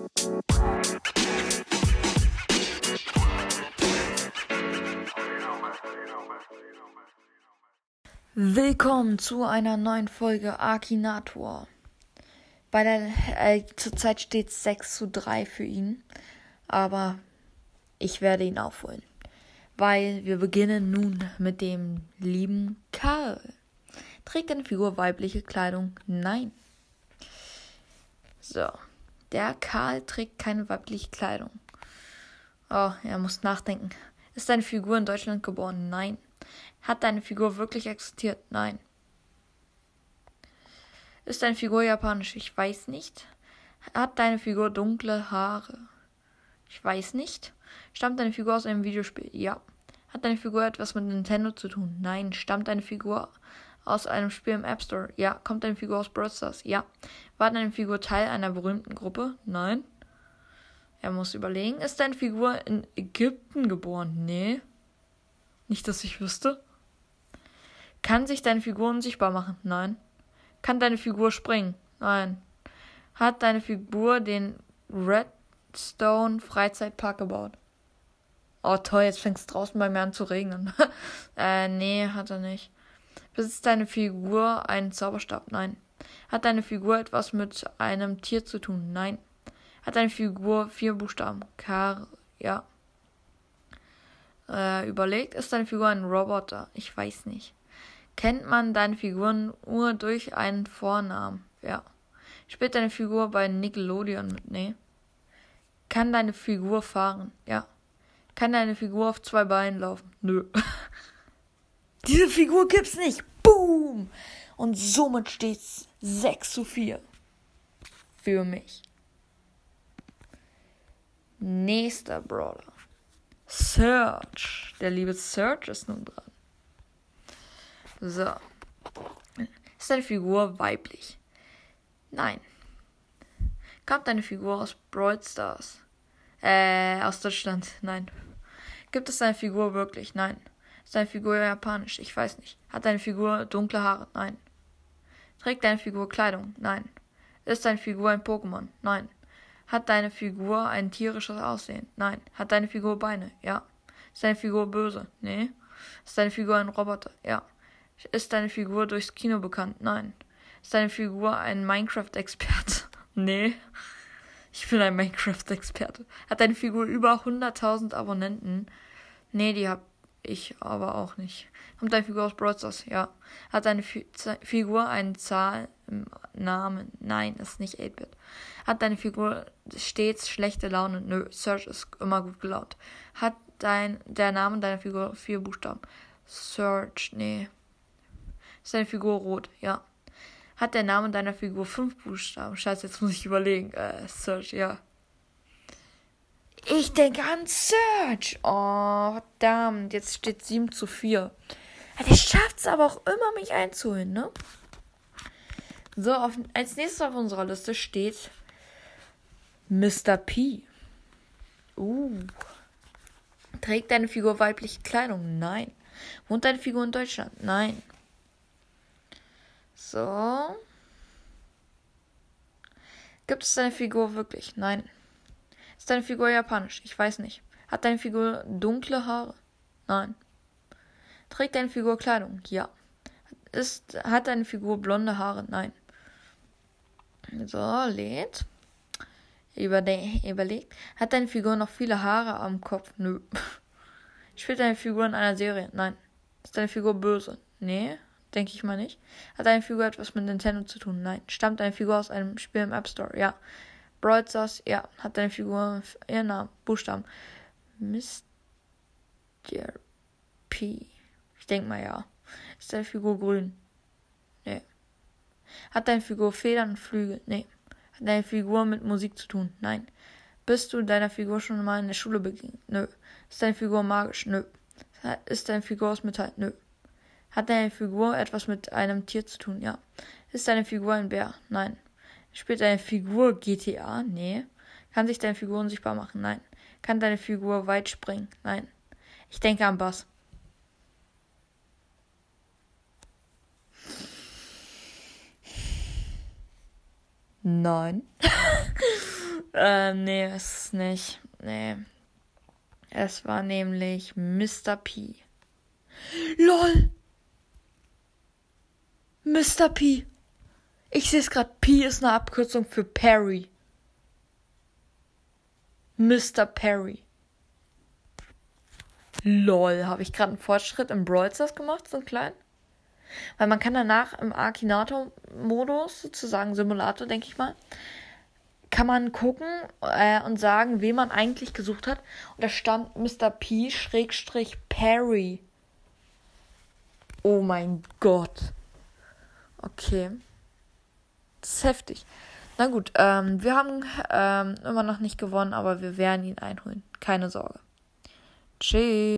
Willkommen zu einer neuen Folge Akinator. Zurzeit steht es 6:3 für ihn, aber ich werde ihn aufholen, weil wir beginnen nun mit dem lieben Karl. Trägt eine Figur weibliche Kleidung? Nein. So, der Karl trägt keine weibliche Kleidung. Oh, er muss nachdenken. Ist deine Figur in Deutschland geboren? Nein. Hat deine Figur wirklich existiert? Nein. Ist deine Figur japanisch? Ich weiß nicht. Hat deine Figur dunkle Haare? Ich weiß nicht. Stammt deine Figur aus einem Videospiel? Ja. Hat deine Figur etwas mit Nintendo zu tun? Nein. Stammt deine Figur aus einem Spiel im App Store? Ja. Kommt deine Figur aus Brawl Stars? Ja. War deine Figur Teil einer berühmten Gruppe? Nein. Er muss überlegen. Ist deine Figur in Ägypten geboren? Nee. Nicht, dass ich wüsste. Kann sich deine Figur unsichtbar machen? Nein. Kann deine Figur springen? Nein. Hat deine Figur den Redstone Freizeitpark gebaut? Oh toll, jetzt fängt es draußen bei mir an zu regnen. Nee, hat er nicht. Besitzt deine Figur einen Zauberstab? Nein. Hat deine Figur etwas mit einem Tier zu tun? Nein. Hat deine Figur 4 Buchstaben? Ja. Überlegt, ist deine Figur ein Roboter? Ich weiß nicht. Kennt man deine Figuren nur durch einen Vornamen? Ja. Spielt deine Figur bei Nickelodeon mit? Nee. Kann deine Figur fahren? Ja. Kann deine Figur auf 2 Beinen laufen? Nö. Diese Figur gibt's nicht. Boom! Und somit steht's 6:4. Für mich. Nächster Brawler. Search. Der liebe Search ist nun dran. So. Ist deine Figur weiblich? Nein. Kommt deine Figur aus Brawl Stars? Aus Deutschland? Nein. Gibt es deine Figur wirklich? Nein. Ist deine Figur japanisch? Ich weiß nicht. Hat deine Figur dunkle Haare? Nein. Trägt deine Figur Kleidung? Nein. Ist deine Figur ein Pokémon? Nein. Hat deine Figur ein tierisches Aussehen? Nein. Hat deine Figur Beine? Ja. Ist deine Figur böse? Nee. Ist deine Figur ein Roboter? Ja. Ist deine Figur durchs Kino bekannt? Nein. Ist deine Figur ein Minecraft-Experte? Nee. Ich bin ein Minecraft-Experte. Hat deine Figur über 100.000 Abonnenten? Nee, die hab ich aber auch nicht. Kommt deine Figur aus Brawl Stars? Ja. Hat deine Figur eine Zahl im Namen? Nein, ist nicht 8-Bit. Hat deine Figur stets schlechte Laune? Nö. Search ist immer gut gelaunt. Hat der Name deiner Figur 4 Buchstaben? Search, nee. Ist deine Figur rot? Ja. Hat der Name deiner Figur 5 Buchstaben? Scheiße, jetzt muss ich überlegen. Search, ja. Ich denke an Search. Oh, verdammt. Jetzt steht 7:4. Ja, der schafft es aber auch immer, mich einzuholen, ne? So, als nächstes auf unserer Liste steht Mr. P. Trägt deine Figur weibliche Kleidung? Nein. Wohnt deine Figur in Deutschland? Nein. So. Gibt es deine Figur wirklich? Nein. Ist deine Figur japanisch? Ich weiß nicht. Hat deine Figur dunkle Haare? Nein. Trägt deine Figur Kleidung? Ja. Hat deine Figur blonde Haare? Nein. So, lädt. Überlegt. Hat deine Figur noch viele Haare am Kopf? Nö. Spielt deine Figur in einer Serie? Nein. Ist deine Figur böse? Nee, denke ich mal nicht. Hat deine Figur etwas mit Nintendo zu tun? Nein. Stammt deine Figur aus einem Spiel im App Store? Ja. Brawl Stars? Ja. Hat deine Figur ihren Namen? Buchstaben? Mr. P. Ich denke mal ja. Ist deine Figur grün? Nee. Hat deine Figur Federn und Flügel? Nee. Hat deine Figur mit Musik zu tun? Nein. Bist du deiner Figur schon mal in der Schule begegnet? Nö. Ist deine Figur magisch? Nö. Ist deine Figur aus Metall? Nö. Hat deine Figur etwas mit einem Tier zu tun? Ja. Ist deine Figur ein Bär? Nein. Spielt deine Figur GTA? Nee. Kann sich deine Figur unsichtbar machen? Nein. Kann deine Figur weit springen? Nein. Ich denke an Bass. Nein. Nee, ist nicht. Nee. Es war nämlich Mr. P. LOL! Mr. P. Ich sehe es gerade. P ist eine Abkürzung für Perry. Mr. Perry. LOL, habe ich gerade einen Fortschritt im Brawl Stars gemacht, so einen kleinen? Weil man kann danach im Akinator-Modus, sozusagen Simulator, denke ich mal, kann man gucken und sagen, wen man eigentlich gesucht hat. Und da stand Mr. P-Perry. Oh mein Gott. Okay. Das ist heftig. Na gut, wir haben immer noch nicht gewonnen, aber wir werden ihn einholen. Keine Sorge. Tschüss.